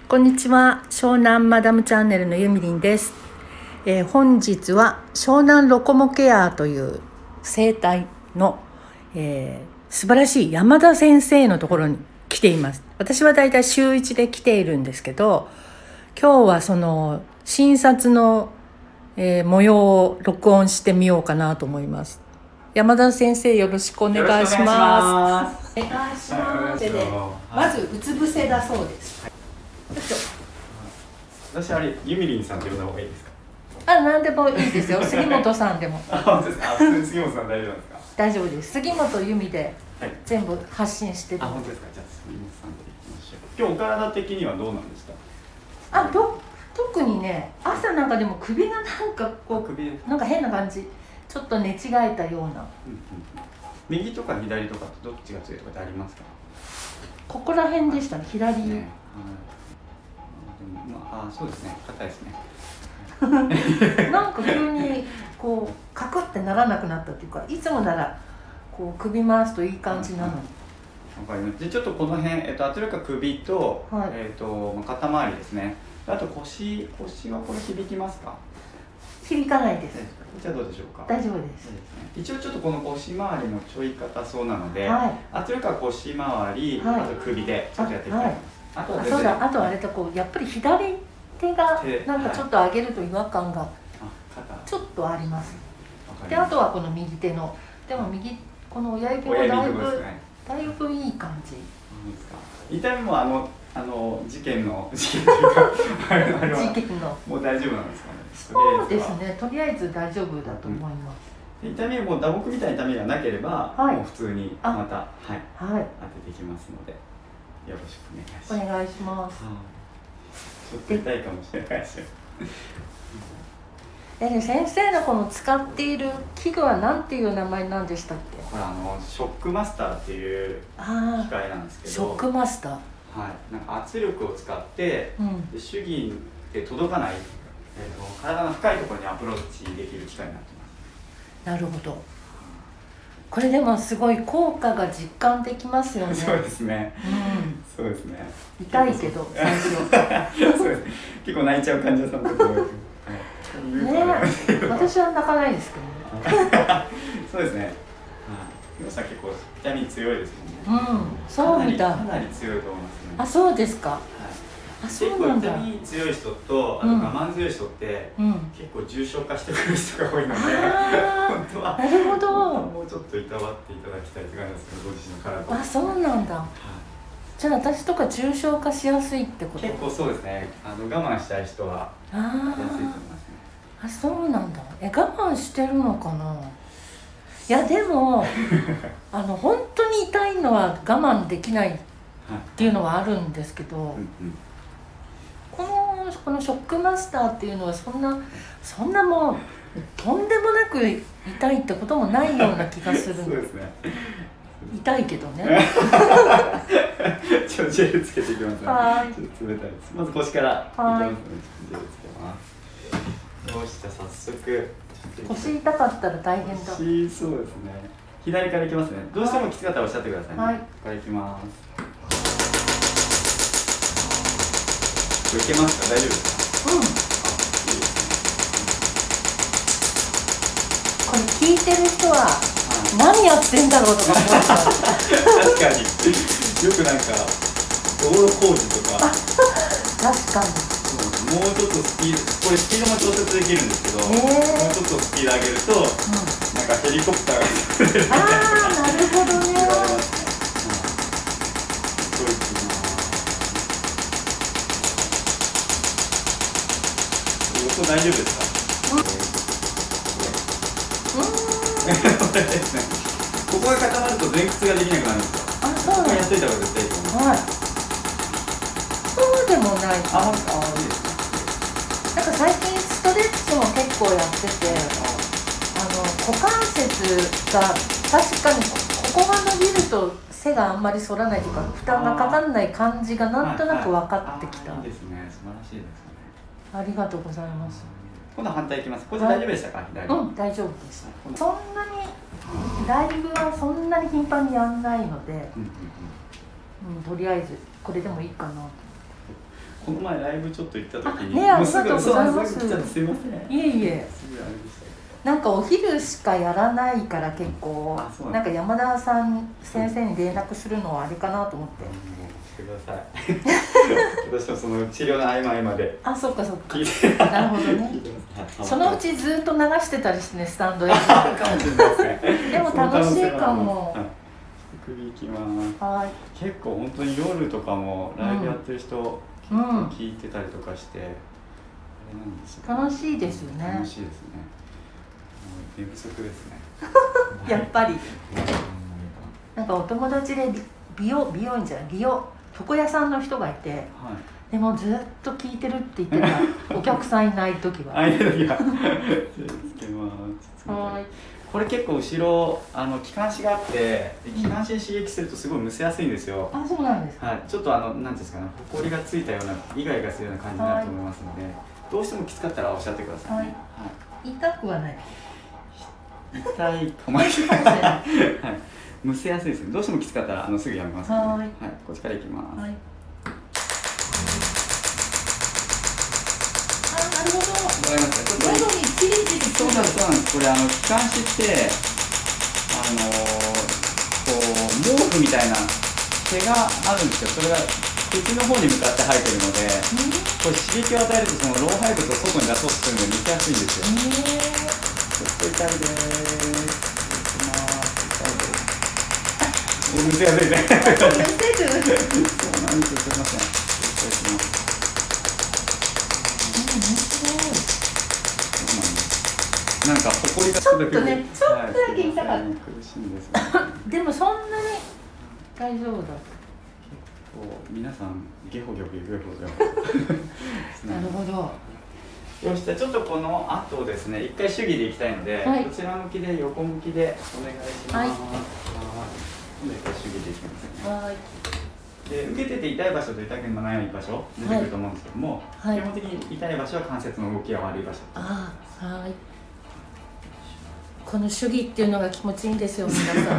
こんにちは。湘南マダムチャンネルのゆみりんです。本日は湘南ロコモケアという生態の、素晴らしい山田先生のところに来ています。私はだいたい週1で来ているんですけど、今日はその診察の、模様を録音してみようかなと思います。山田先生、よろしくお願いします。お願いします。で、まずうつ伏せだそうです。 私ゆみりんさんって呼んだ方がいいですか？ 何でもいいですよ。杉本さんでも。 本当ですか？普通に杉本さん大丈夫なんですか？ 大丈夫です。杉本由美で全部発信してる。 本当ですか？じゃあ杉本さんでいきましょう。今日お体的にはどうなんですか？ 特にね、朝なんかでも首がなんかこうなんか変な感じ、ちょっと寝違えたような。 右とか左とかどっちが強いとかってありますか？ ここら辺でしたね、左。 そうですね、硬いですね。 なんか急にこうカクってならなくなったっていうか、いつもならこう首回すといい感じなのに。 わかります。でちょっとこの辺、圧力は首と、肩周りですね。あと腰はこれ響きますか？ 響かないです。 じゃあどうでしょうか？ 大丈夫です。 一応ちょっとこの腰回りもちょい硬そうなので、圧力は腰回り、あと首でちょっとやっていきたいと思います。 あとあれだ、こうやっぱり左手がなんかちょっと上げると違和感がちょっとあります。で、あとはこの右手の、でもこの親指もだいぶいい感じ。 痛みも事件のもう大丈夫なんですかね？ そうですね、とりあえず大丈夫だと思います。 痛みも打撲みたいな痛みがなければ、もう普通にまた当てていきますので、よろしくお願いします。 ちょっと痛いかもしれないですよ。 先生のこの使っている器具は何ていう名前なんでしたっけ？ これショックマスターっていう機械なんですけど、 ショックマスター、 なんか圧力を使って、手技で届かない、体の深いところにアプローチできる機械になってます。 なるほど。これでもすごい効果が実感できますよね。 そうですね。そうですね。 痛いけど最初。 そうです。結構泣いちゃう患者さんとか多い。 私は泣かないですけどね。 そうですね。皆さん結構痛み強いですもんね。 そうみたい。 かなり強いと思いますね。 そうですか。 結構痛み強い人と我慢強い人って結構重症化してくる人が多いので、本当はなるほど、 もうちょっといたわっていただきたいって感じですけど、ご自身の体。 そうなんだ。じゃあ私とか重症化しやすいってこと？ 結構そうですね。我慢したい人はやすいと思いますね。 そうなんだ。我慢してるのかな。いやでも本当に痛いのは我慢できないっていうのはあるんですけど、このショックマスターっていうのはそんなもうとんでもなく痛いってこともないような気がする。 そうですね。 痛いけどね。 ちょっとジェルつけていきますね。ちょっと冷たいです。まず腰からいきますね。ジェルつけます。よし、じゃあ早速。 腰痛かったら大変だ。 そうですね。左からいきますね。どうしてもきつかったらおっしゃってくださいね。ここからいきます。いけますか？大丈夫ですか？いいですね。 これ聞いてる人は何やってんだろうとか思っちゃう。 確かによくなんか道路工事とか確かにもうちょっとスピードも調節できるんですけど、もうちょっとスピード上げると、なんかヘリコプターがなるほどね。 大丈夫ですか？ここが固まると前屈ができなくなるんですよ。そうなんです。やっといた方が絶対いいと思います。 そうでもない。 いいですね。 なんか最近ストレッチも結構やってて、股関節が確かにここが伸びると背があんまり反らないというか、負担がかかんない感じがなんとなく分かってきた。 いいですね。素晴らしいですね。 ありがとうございます。 今度反対いきます。これで大丈夫でしたか？左。 大丈夫です。そんなにライブはそんなに頻繁にやんないので、とりあえずこれでもいいかなと。 この前ライブちょっと行った時に、 ね、ありがとうございます。 すいません。 いえいえ。なんかお昼しかやらないから結構なんか山田さん先生に連絡するのはあれかなと思って。 してください。私もその治療の合間合間で。 あ、そっかそっか。なるほどね。そのうちずっと流してたりしてね、スタンドで。 かもしれないですね。 でも楽しいかも。 首いきます。 はい。 結構本当に夜とかもライブやってる人聞いてたりとかして、あれなんですね。 楽しいですよね。 楽しいですね。寝不足ですね。 やっぱり。なんかお友達で美容院じゃない、床屋さんの人がいて、はい、でもずっと聞いてるって言ってた。お客さんいない時は。 いない時は。つけます。はい。これ結構後ろ気管支があって気管支に刺激するとすごいむせやすいんですよ。 あ、そうなんですか。 はい、ちょっとなんていうんですかね、ほこりがついたようなイガイガするような感じになると思いますので、どうしてもきつかったらおっしゃってくださいね。はい。 痛くはない。 痛いかもしれない。はい。むせやすいですね。どうしてもきつかったらすぐやめますので、はい。こっちからいきます。はい。 なるほど。 わかりました。ちょっと喉にチリチリ。 そうなんです。これ気管支ってこう毛布みたいな毛があるんですけど、それが口の方に向かって生えてるので、これ刺激を与えるとその老廃物を外に出そうとするのでむせやすいんですよ。ちょっと痛いです。むせやすいね。そうなんですよ。すみません。なんか埃がちょっとね、ちょっとだけ痛かった。苦しいんです。 でもそんなに大丈夫だ。結構皆さんゲホゲホゲホゲホ。 なるほど。 よし、じゃあちょっとこの後ですね、一回手技でいきたいので、こちら向きで横向きでお願いします。はい。今度一回手技でいきますね。はい。で受けてて痛い場所と痛くない場所出てくると思うんですけども、基本的に痛い場所は関節の動きが悪い場所。 ああ、はい。この手技っていうのが気持ちいいんですよ、皆さん。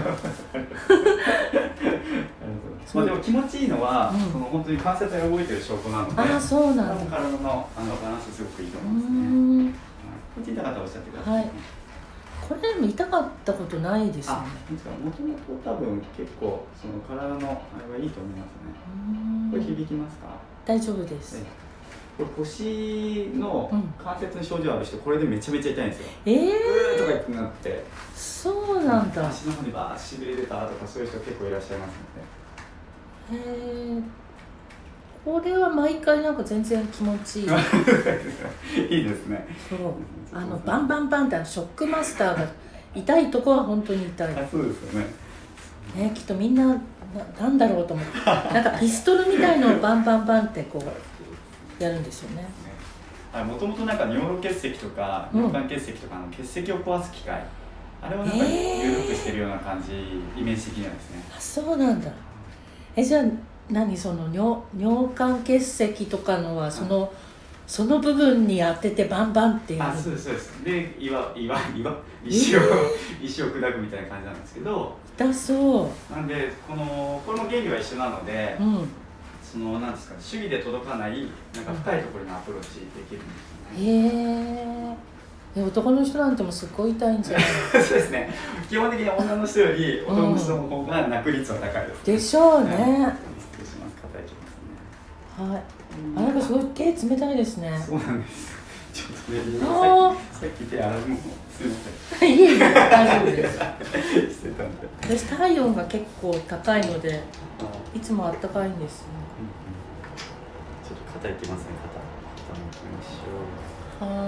まあでも気持ちいいのは、その本当に関節が動いてる証拠なので、 あ、そうなんだ。 体のバランスすごくいいと思いますね。こっち痛かったらおっしゃってください。はい。 これでも痛かったことないですね。 もともと多分結構その体のあれはいいと思いますね。これ響きますか？ 大丈夫です。 これ腰の関節に症状ある人、これでめちゃめちゃ痛いんですよ。うーとか言ってなって。 そうなんだ。 足の方にバーッしびれ出たとかそういう人結構いらっしゃいますので。 へえ。これは毎回なんか全然気持ちいい。いいいですね。 そう。バンバンバンってショックマスターが痛いとこは本当に痛い。 そうですよね。 ね、きっとみんななんだろうと思って、なんかピストルみたいのをバンバンバンってこうやるんですよね。 もともとなんか尿路結石とか尿管結石とかの結石を壊す機械、あれをなんか有力してるような感じ、イメージ的にはですね。 あ、そうなんだ。じゃあ何その尿管結石とかのはその部分に当ててバンバンっていう。 そうですそうです。で石を砕くみたいな感じなんですけど。 痛そう。 なんでこれも原理は一緒なので、そのなんですか、手技で届かないなんか深いところにアプローチできるんですよね。 へえ。男の人なんてもすっごい痛いんじゃない？ そうですね。基本的に女の人より男の人の方が泣く率は高いです。 でしょうね。 失礼します。肩いきますね。 はい。なんかすごい手冷たいですね。 そうなんです。ちょっとね、さっき手洗うのすみません。 いえいえ、大丈夫です。 してたんで。 私体温が結構高いので、いつもあったかいんですよ。 ちょっと肩いきますね。肩もいきましょう。 はい。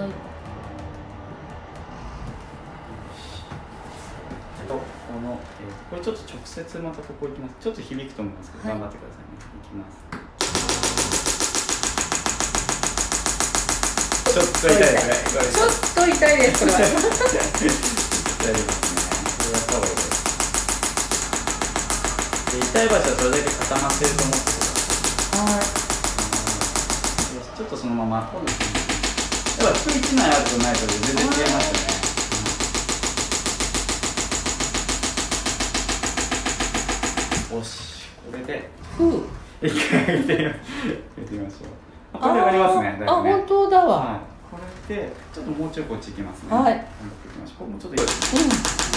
これちょっと直接またここ行きます。ちょっと響くと思いますけど、頑張ってくださいね。いきます。ちょっと痛いですね。 ちょっと痛いです。これは。 痛いですね。これはそうです。痛い場所はそれだけ固まってると思ってください。はい。ちょっとそのまま。そうですね。やっぱ服1枚あるとないと全然違いますよね。よし、これで一回上げてみましょう。 これで上がりますね。 あ、本当だわ。 はい、これでちょっともうちょいこっち行きますね。 はい。 ここもちょっといいですね。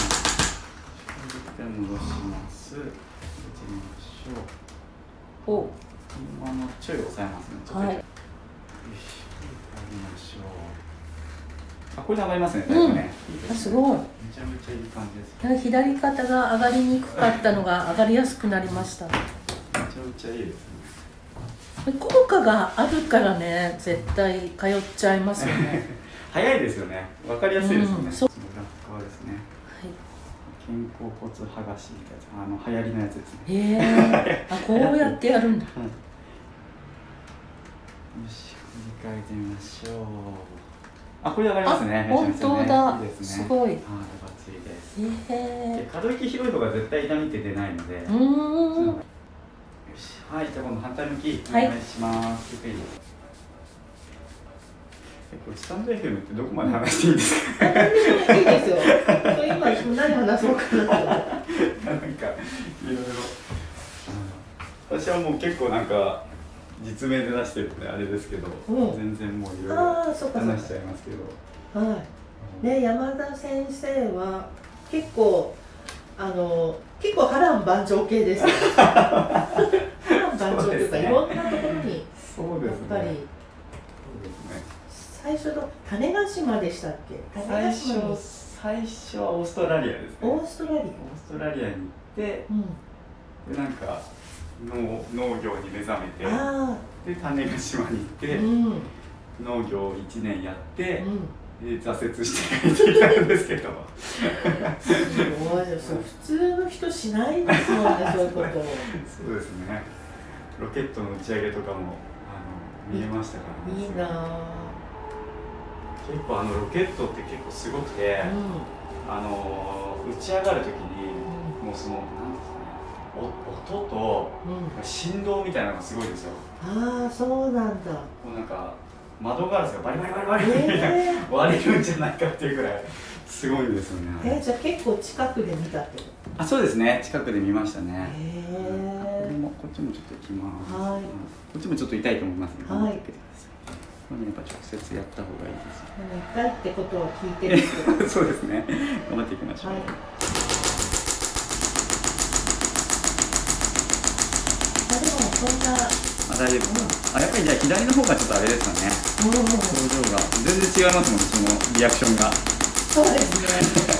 うん。戻します。入れてみましょう。 お。 今のちょい押さえますね。ちょっと。 はい。 よし、やりましょう。あ、これで上がりますね。だいぶね。 あ、すごい。 めちゃめちゃいい感じです。 左肩が上がりにくかったのが上がりやすくなりました。 めちゃめちゃいいですね。 効果があるからね、絶対通っちゃいますよね。 早いですよね。わかりやすいですよね。 そう。 裏側ですね。 はい。 肩甲骨剥がしみたいな、流行りのやつですね。 あ、こうやってやるんだ。 よし、振り返ってみましょう。あ、これ上がりますね。 本当だ。 いいですね。 すごい。 バッチリです。可動域広い方が絶対痛みって出ないので。よし、はい、じゃあ今度反対向きお願いします。これスタンド FM ってどこまで話していいんですか？ いいですよ。今何話そうかな。なんかいろいろ。私はもう結構なんか実名で出してるんであれですけど、全然もういろいろ話しちゃいますけど。 はい。ね、山田先生は結構波乱万丈系です。波乱万丈というか、いろんなところにやっぱり最初の種子島でしたっけ？ 最初はオーストラリアですね。 オーストラリアに行って、でなんか農業に目覚めて、で種子島に行って、農業を1年やって、で挫折して帰ってきたんですけど。 すごいです。普通の人しないですもんね、そういうこと。 そうですね。ロケットの打ち上げとかも見えましたからね。 いいなぁ。 結構ロケットって結構すごくて、打ち上がるときに、もうそのなんですかね、音と振動みたいなのがすごいですよ。 ああ、そうなんだ。 もうなんか窓ガラスがバリバリバリバリみたいな、割れるんじゃないかっていうぐらいすごいんですよね。 じゃあ結構近くで見たってこと？ あ、そうですね。近くで見ましたね。こっちもちょっといきます。こっちもちょっと痛いと思いますね。 はい。 これやっぱ直接やった方がいいです。 痛いってことを聞いてるんですけど。 そうですね。頑張っていきましょう。 でもそんな。 大丈夫。やっぱりじゃあ左の方がちょっとあれですかね。表情が全然違いますもん、そのリアクションが。 そうですね。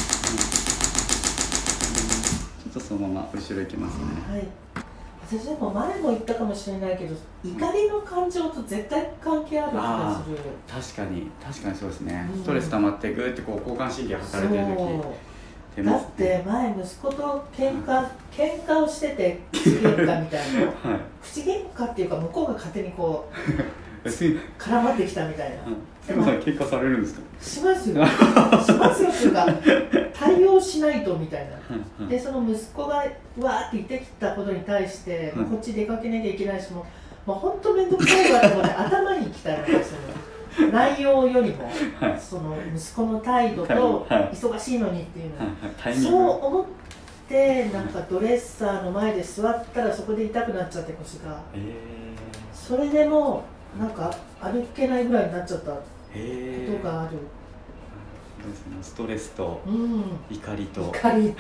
ちょっとそのまま後ろ行きますね。 はい。私でも前も言ったかもしれないけど、怒りの感情と絶対関係ある気がする。 確かにそうですね。ストレス溜まってグーってこう交感神経働いてる時。 だって前息子と喧嘩をしてて口喧嘩みたいな、口喧嘩っていうか向こうが勝手にこう絡まってきたみたいな。 でも喧嘩されるんですか？ しますよ。しますよっていうか対応しないとみたいな。でその息子がわーって言ってきたことに対して、こっち出かけなきゃいけないしもう本当面倒くさいわと思って頭にきたんですよ。内容よりも、その息子の態度と忙しいのにっていうの、そう思ってなんかドレッサーの前で座ったらそこで痛くなっちゃって腰が、それでもなんか歩けないぐらいになっちゃったことがある。 ストレスと怒りと。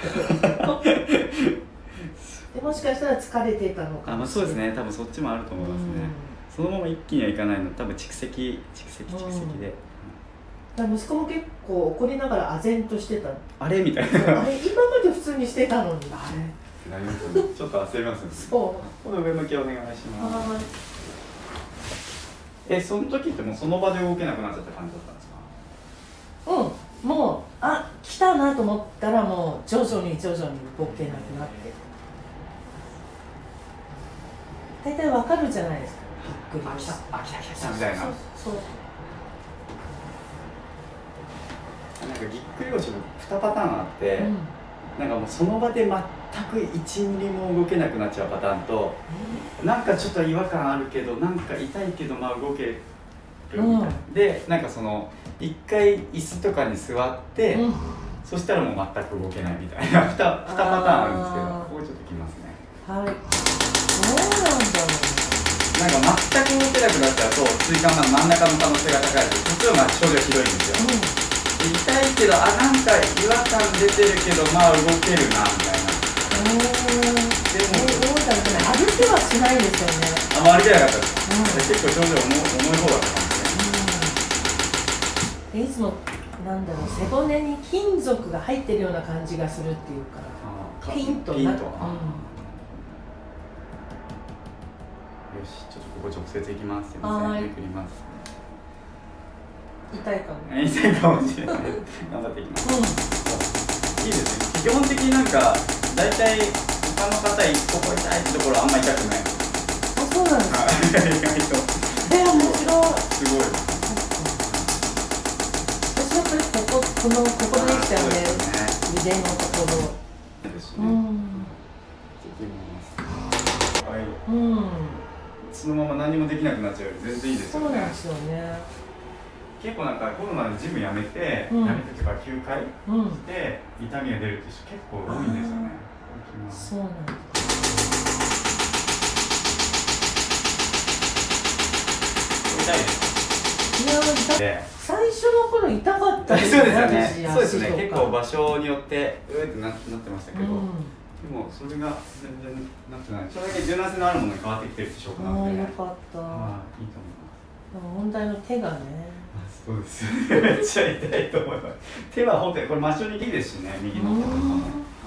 でもしかしたら疲れてたのかもしれない。 そうですね。多分そっちもあると思いますね。そのまま一気にはいかないの、多分蓄積で。 息子も結構怒りながら唖然としてた。 あれみたいな。 あれ今まで普通にしてたのに。 ちょっと焦りますね。そう。この上向きお願いします。その時ってもうその場で動けなくなっちゃった感じだったんですか？ もう来たなと思ったらもう徐々に動けなくなって。大体わかるじゃないですか。びっくりした。 来たみたいな。 そう。 なんかぎっくり腰も2パターンあって、なんかもうその場で全く1ミリも動けなくなっちゃうパターンと、なんかちょっと違和感あるけどなんか痛いけど動けるみたいな。でなんかその1回椅子とかに座って、そしたらもう全く動けないみたいな2パターンあるんですけど、ここちょっときますね。 はい。どうなんだろう。 なんか全く動けなくなっちゃうと椎間板真ん中の可能性が高いので、そっちの方が症状ひどいんですよ。痛いけど、なんか違和感出てるけど、まあ動けるなみたいな。でもどうだろうね、歩きはしないですよね。 歩けなかったです。結構症状重い方だったかもしれない。 いつもなんだろう、背骨に金属が入ってるような感じがするっていうか、ピンとな。よし、ちょっとここ直接いきます。すみません、めくります。 痛いかも。 痛いかもしれない。頑張っていきます。いいですね。基本的になんか大体他の方ここ痛いってところあんま痛くない。 あ、そうなんですか。 意外と。 面白い。 すごい。 私はここできちゃうね。腕のところ。 ですね。はい。そのまま何もできなくなっちゃうより全然いいですよね。 そうなんですよね。 結構なんかコロナでジムやめて、とか休会して痛みが出るって人結構多いんですよね。 そうなんです。 痛いです。 いや、最初の頃痛かったですね。そうですよね。そうですね。結構場所によってってなってましたけど、でもそれが全然なってない。それだけ柔軟性のあるものに変わってきてるって証拠なので。 よかった。いいと思います。問題の手がね。 そうです。めっちゃ痛いと思います。手は本当にこれ真正にいいですしね、右の手とかも。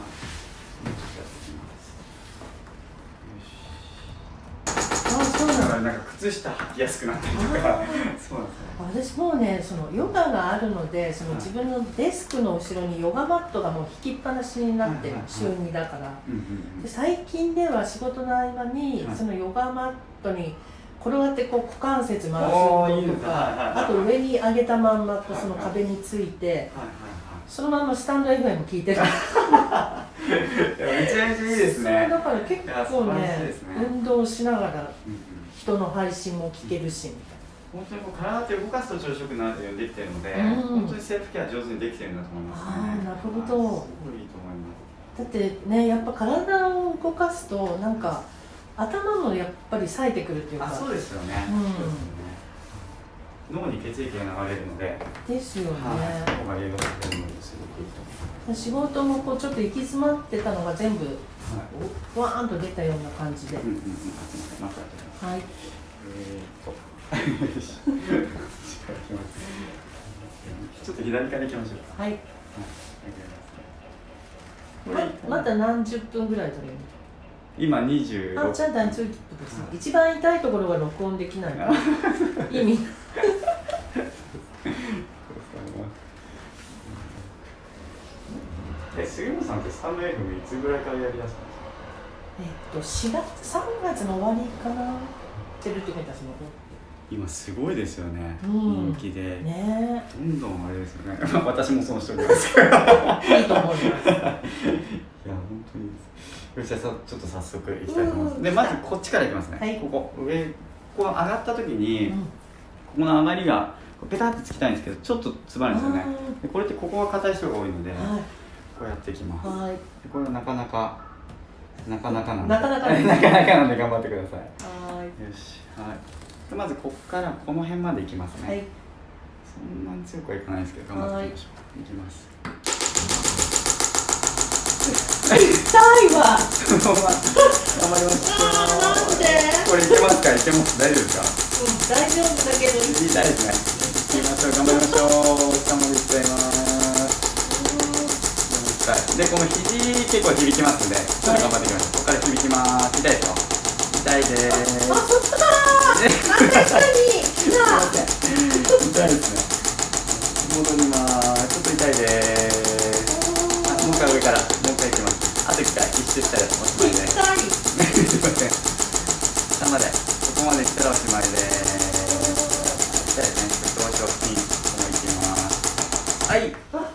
なんか靴下履きやすくなったりとか。そうなんですね。 私もね、そのヨガがあるので、その自分のデスクの後ろにヨガマットがもう引きっぱなしになってる、週2だから。で、最近では仕事の合間にそのヨガマットに転がってこう股関節回すのとか、あと上に上げたまんまこうその壁について、そのままスタンド FM 聞いてる。めちゃめちゃいいですね。 だから結構ね、運動しながら人の配信も聞けるしみたいな。 本当にこう体って動かすと調子よくなるようにできてるので、本当にセルフケア上手にできてるんだと思いますね。 なるほど。 すごいいいと思います。 だってね、やっぱ体を動かすとなんか頭もやっぱり冴えてくるっていうか。 そうですよね。脳に血液が流れるので。 ですよね。 脳が栄養が取れるのですごくいいと思います。 仕事もこうちょっと行き詰まってたのが全部わーんと出たような感じで。はい。 ちょっと左から行きましょうか。はい。 また何十分ぐらい取れる？ 今26。 じゃあ大丈夫です。一番痛いところが録音できない。意味。 杉本さんってスタンド FM いつぐらいからやりだしたんですか ？3月の終わりかな。てるって書いてあるの。 今すごいですよね。人気で。どんどんあれですよね。私もそうしておりますけど。いいと思います。いや本当にいいです。よし、ちょっと早速いきたいと思います。でまずこっちからいきますね。ここ上こう上がった時にここの余りがペタッとつきたいんですけど、ちょっと詰まるんですよね。でこれってここが硬い人が多いので。こうやっていきます。これはなかなかなんで頑張ってください。よし、はい。まずここからこの辺までいきますね。そんなに強くはいかないですけど頑張っていきましょう。いきます。 痛いわ。 頑張りましょう。なんで？これいけますか？いけます？大丈夫ですか？ 大丈夫だけど。 痛いですね。いきましょう。頑張りましょう。お疲れ様でございます。で、この肘結構響きますので、ちょっと頑張っていきましょう。ここから響きます。痛いですよ。痛いです。痛いですね。戻ります。ちょっと痛いです。もう一回上から、もう一回いきます。あと一回、一周したらおしまいです。すいません。下まで、ここまで来たらおしまいです。痛いですね。ちょっとおしピン、ここもいきます。はい。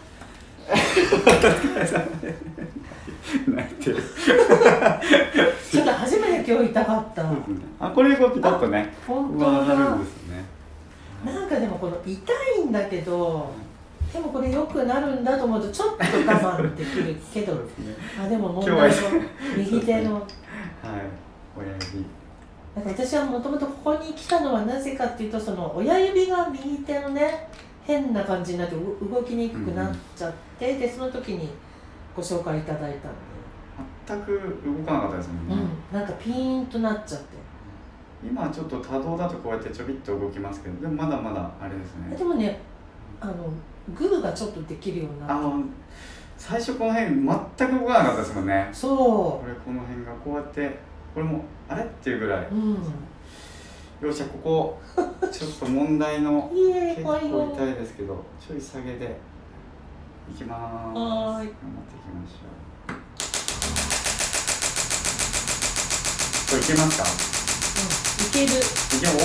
泣いてる。 ちょっと初めて今日痛かった。 これこうピタッとね。 本当だ。 上がるんですね。 なんかでもこの痛いんだけど、でもこれ良くなるんだと思うとちょっと我慢できるけど、でも問題は右手の。 はい。親指。 なんか私はもともとここに来たのはなぜかっていうと、その親指が右手のね変な感じになって動きにくくなっちゃって、でその時にご紹介いただいたの全く動かなかったですもんね、 なんかピーンとなっちゃって。 今ちょっと多動だとこうやってちょびっと動きますけど、でもまだまだあれですね。 でもね、グーがちょっとできるようになって。 最初この辺全く動かなかったですもんね。 そう。 この辺がこうやってこれもあれっていうぐらい。よっしゃ、ここちょっと問題の結構痛いですけど、ちょい下げでいきます。頑張っていきましょう。これいけますか？ いける。 いけお。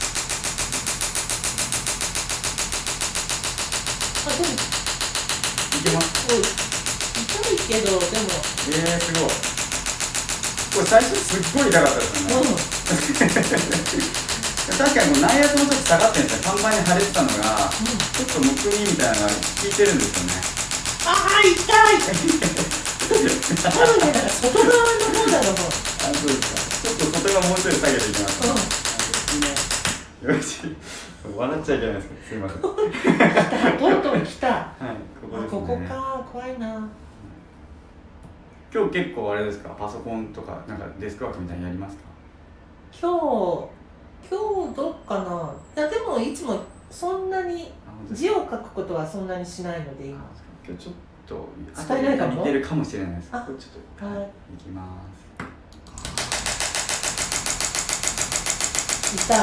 でもいけます。 痛いけど、でもすごい。これ最初すっごい痛かったですよね。確かにもう内圧もちょっと下がってるんですよ。看板に腫れてたのが、ちょっとむくみみたいなのが効いてるんですよね。 痛い。多分ね、外側の方だろう。 そうですか。ちょっと外側もうちょい下げていきます。よし。笑っちゃいけないですけど、すいません。 とうとう来た。 はい、ここですね。 ここか、怖いな。 今日結構あれですか、パソコンとかなんかデスクワークみたいにやりますか？ 今日どうかな。いやでもいつもそんなに字を書くことはそんなにしないので今。 今日ちょっと使えないかも。 似てるかもしれないです。 これちょっといきます。 痛い。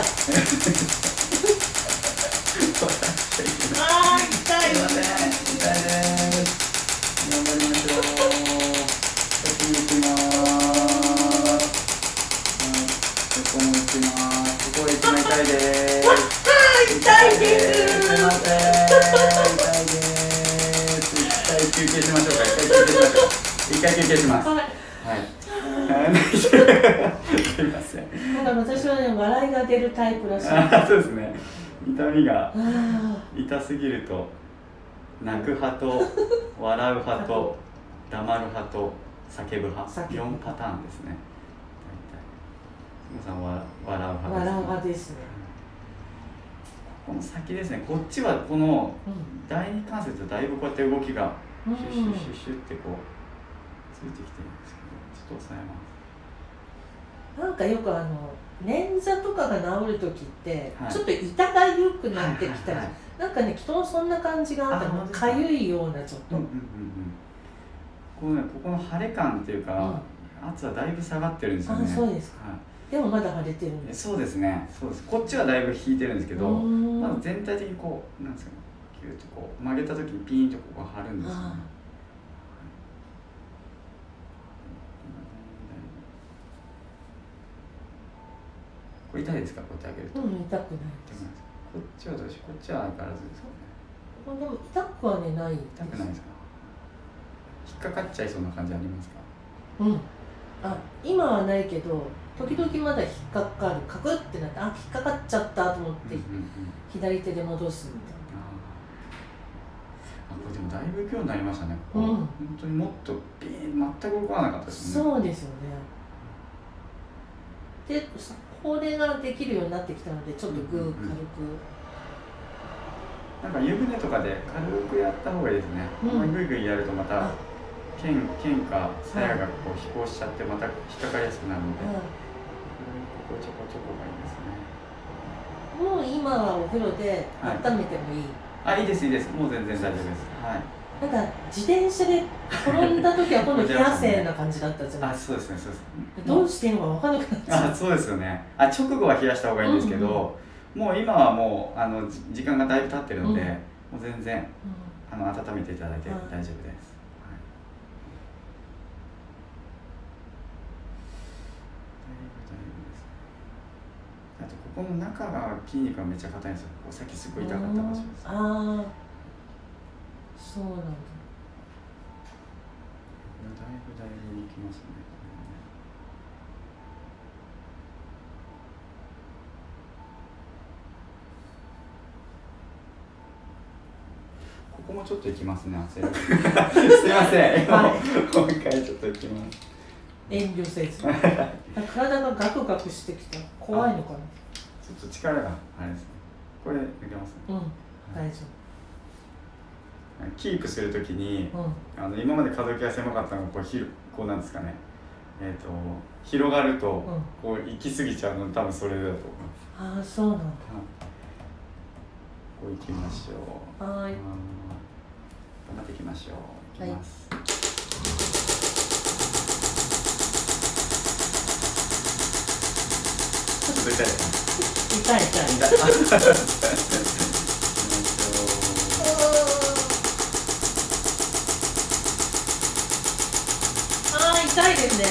痛いよね。 痛いです。頑張りましょう。先に行きます。ここも行きます。ここ一番痛いです。 痛いです。 すいません。痛いです。一回休憩しましょうか。一回休憩します。はい。すいません。 なんか私はね、笑いが出るタイプらしい。 そうですね。痛みが痛すぎると泣く派と笑う派と黙る派と叫ぶ派、4パターンですね。大体。さんは笑う派ですね。 笑う派ですね。 この先ですね。こっちはこの第二関節だいぶこうやって動きがシュッシュッシュッシュッってこうついてきてるんですけど、ちょっと押さえます。 なんかよく捻挫とかが治る時って、ちょっと痛がゆくなってきたり、なんかね、きっとそんな感じがあったの。かゆいようなちょっと。 ここの腫れ感っていうか、圧はだいぶ下がってるんですよね。 そうですか。でもまだ腫れてるんです。 そうですね。そうです。こっちはだいぶ引いてるんですけど、まだ全体的にこうなんですかね、キュッとこう曲げた時にピーンとここが張るんですよね。これ痛いですか？こうやってあげると。 痛くないです。 こっちはどうしよう。こっちは相変わらずですかね。 でも痛くはね、ないです。 痛くないですか？引っかかっちゃいそうな感じありますか？ 今はないけど、時々まだ引っかかる。カクってなって、引っかかっちゃったと思って、左手で戻すみたいな。 これでもだいぶ強になりましたね。本当にもっとピーン全く動かなかったですね。 そうですよね。で、これができるようになってきたので、ちょっとグー軽く。 なんか湯船とかで軽くやった方がいいですね。グイグイやるとまた剣か鞘がこう飛行しちゃってまた引っかかりやすくなるので、ここちょこちょこがいいですね。 もう今はお風呂で温めてもいい？ いいです。もう全然大丈夫です。はい。 なんか自転車で転んだ時は今度冷や汗な感じだったじゃないですか。 そうですね。 どうしていいのか分からなくなっちゃう。 そうですよね。直後は冷やした方がいいんですけど、もう今はもう時間がだいぶ経ってるので、もう全然温めていただいて大丈夫です。あとここの中が筋肉がめっちゃ硬いんですよ。さっきすごい痛かった場所です。 そうなんだ。 だいぶいきますね。ここもちょっといきますね。焦る。すいません。もう一回ちょっといきます。 遠慮せず体がガクガクしてきた。怖いのかな。 ちょっと力があれですね。これ抜けますね。 うん、大丈キープするときに、 夫。 今まで可動域が狭かったのがこうなんですかね、広がると、こう行き過ぎちゃうの多分それだと思います。ああ、そうなんだ。 こう行きましょう。 はい。 頑張っていきましょう。いきます。ちょっと痛いですね。 痛い。痛いですね。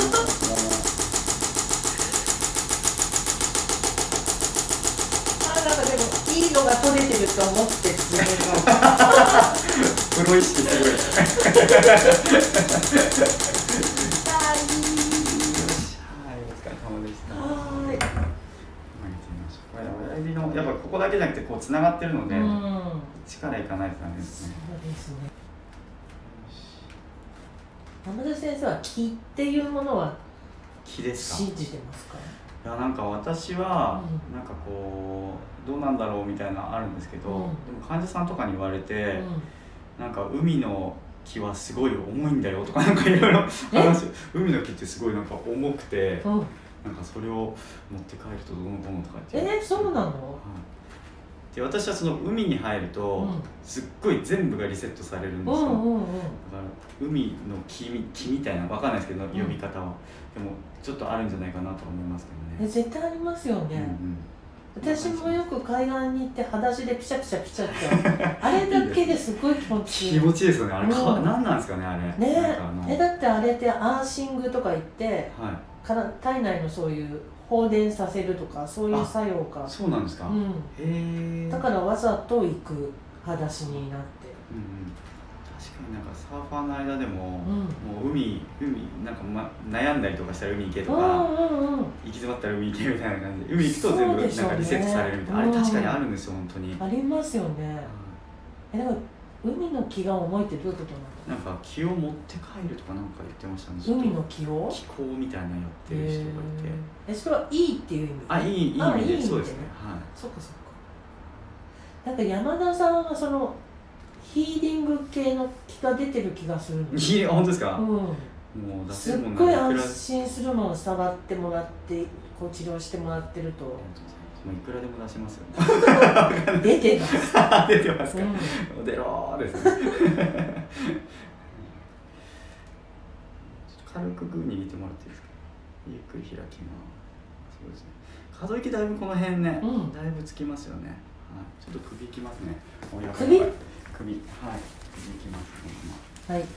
なんかでもいいのが取れてると思って自分がプロ意識すごいですね。 はい、 お疲れ様でした。 はい。 これ親指のやっぱここだけじゃなくてこうつながってるので、力いかないとダメですね。 そうですね。山田先生は気っていうものは気ですか？ 信じてますか？ いや、なんか私は、なんかこうどうなんだろうみたいなのあるんですけど、でも患者さんとかに言われて、なんか海の気はすごい重いんだよとかなんかいろいろ話、海の気ってすごいなんか重くて、なんかそれを持って帰るとどうのこうのとか言って。 そうなの？ で、私はその海に入ると、すっごい全部がリセットされるんですよ。だから海の気みたいな、わかんないですけど呼び方は、でもちょっとあるんじゃないかなと思いますけどね。 絶対ありますよね。私もよく海岸に行って裸足でピシャピシャピシャってあれだけですごい気持ちいい。 気持ちいいですよね。あれ何なんですかね、あれね。だってあれってアーシングとか言って、体内のそういう放電させるとかそういう作用か。 そうなんですか。 だからわざと行く裸足になって。 確かになんかサーファーの間でも、もう海なんか、悩んだりとかしたら海行けとか、行き詰まったら海行けみたいな感じで、海行くと全部なんかリセットされるみたいな、あれ確かにあるんですよ、本当に。 ありますよね。だから海の気が重いってどういうことなの？ なんか気を持って帰るとかなんか言ってましたね。 海の気を？ 気候みたいなのやってる人がいて。 それはいいっていう意味？ いい意味で、そうですね。 そうかそうか。なんか山田さんはそのヒーリング系の気が出てる気がするんです。 本当ですか？ もうすっごい安心するもの触ってもらってこう治療してもらってると。 いくらでも出しますよね。 出てます。 出てますか。出ろーですね。軽くグー握ってもらっていいですか。ゆっくり開きます。そうですね。可動域だいぶこの辺ね、だいぶつきますよね。ちょっと首いきますね。首。はい。首いきますね。 はい。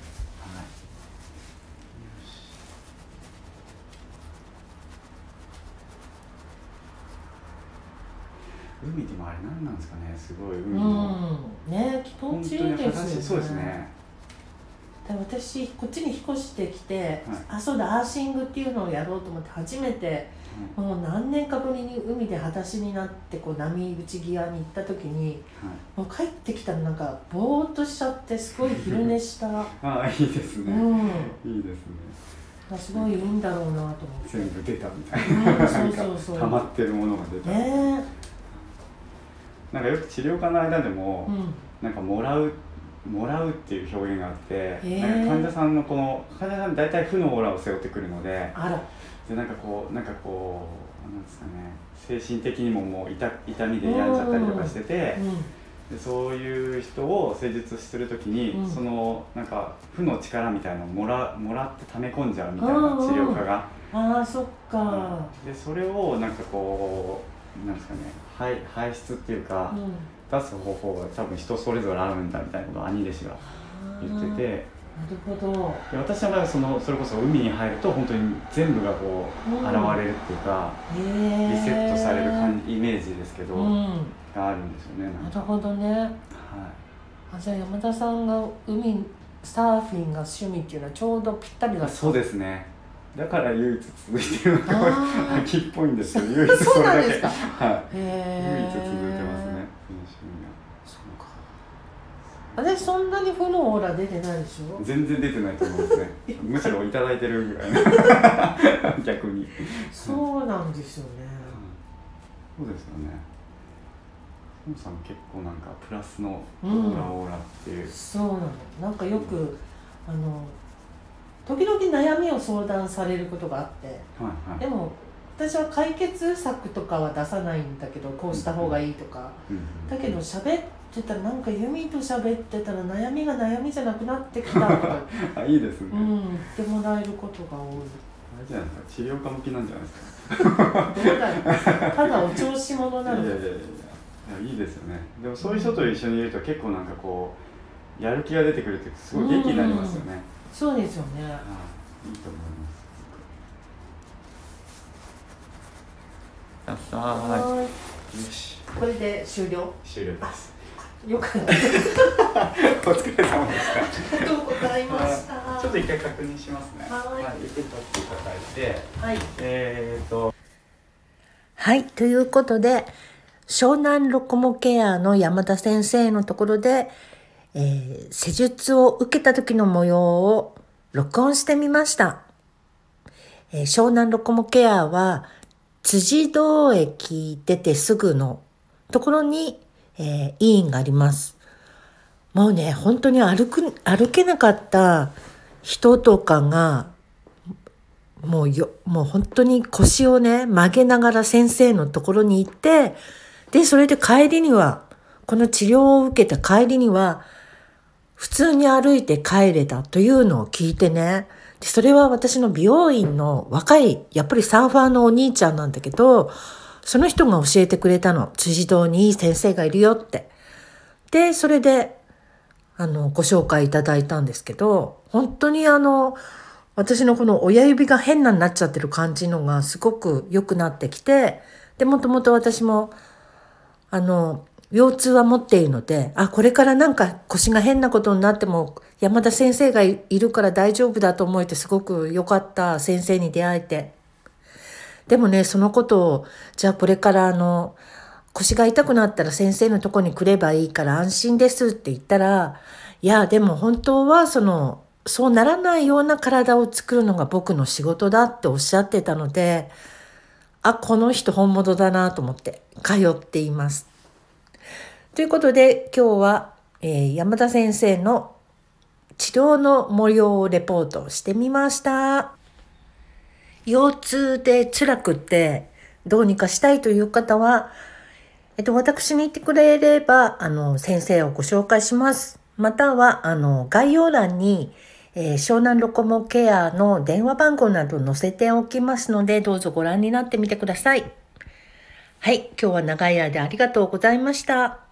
海でもあれ何なんですかね、すごい海の。 ね、気持ちいいですよね。 そうですね。 私こっちに引っ越してきて、そうだアーシングっていうのをやろうと思って初めて、もう何年かぶりに海で裸足になってこう波打ち際に行った時に、もう帰ってきたらなんかぼーっとしちゃってすごい昼寝した。 いいですね。いいですね。 すごいいいんだろうなと思って。 全部出たみたいな。 そう溜まってるものが出た。なんかよく治療家の間でも、なんかもらうっていう表現があって、なんか患者さん大体負のオーラを背負ってくるので、でなんかこうなんですかね、精神的にももう痛みで病んじゃったりとかしてて、でそういう人を施術するときに、そのなんか負の力みたいなのをもらって溜め込んじゃうみたいな治療家が。 そっか。 でそれをなんかこうなんですかね、排出っていうか、出す方法が多分人それぞれあるんだみたいなことを兄弟子が言ってて。 なるほど。 私の場合はそれこそ海に入ると本当に全部がこう現れるっていうか、リセットされるイメージですけど、があるんですよね。 なるほどね。じゃあ山田さんがサーフィンが趣味っていうのはちょうどぴったりだった。 そうですね。だから唯一続いてるのが秋っぽいんですよ。唯一それだけ。唯一続いてますね。その趣味が。 そうか。 私そんなに負のオーラ出てないでしょ。 全然出てないと思うんですね。むしろいただいてるぐらいの逆に。 そうなんですよね。 そうですよね。トムさん結構なんかプラスのオーラっていう、 そうなの。なんかよく時々悩みを相談されることがあって、 はいはい、 でも私は解決策とかは出さないんだけど、こうした方がいいとか、だけど喋ってたらなんかユミと喋ってたら悩みが悩みじゃなくなってきたとかあ、いいですね。 言ってもらえることが多い。 あれじゃないですか、治療家向きなんじゃないですか。 どうだろう。ただお調子者なの。 いやいいですよね。でもそういう人と一緒にいると結構なんかこうやる気が出てくるってすごい元気になりますよね。 そうですよね。 いいと思います。 はい。よし。これで終了です。よかった。 お疲れ様でした。 ありがとうございました。 ちょっと一回確認しますね。 はい。 ゆっくり立っていただいて。 はい。 はい、 ということで、湘南ロコモケアの山田先生のところで、施術を受けた時の模様を録音してみました。湘南ロコモケアは辻堂駅出てすぐのところに、医院があります。もうね、本当に歩けなかった人とかがもう本当に腰をね曲げながら先生のところに行って、でそれで帰りにはこの治療を受けた帰りには普通に歩いて帰れたというのを聞いてね、でそれは私の美容院の若いやっぱりサーファーのお兄ちゃんなんだけど、その人が教えてくれたの。辻堂にいい先生がいるよって。でそれでご紹介いただいたんですけど、本当に私のこの親指が変なになっちゃってる感じのがすごく良くなってきて、でもともと私も腰痛は持っているので、これからなんか腰が変なことになっても山田先生がいるから大丈夫だと思えて、すごく良かった先生に出会えて。でもね、そのことをじゃあこれから腰が痛くなったら先生のとこに来ればいいから安心ですって言ったら、いやでも本当はそうならないような体を作るのが僕の仕事だっておっしゃってたので、この人本物だなと思って通っています。ということで今日は、山田先生の治療の模様をレポートしてみました。腰痛で辛くってどうにかしたいという方は、私に言ってくれれば先生をご紹介します。または概要欄に、湘南ロコモケアの電話番号など載せておきますので、どうぞご覧になってみてください。はい、今日は長い間ありがとうございました。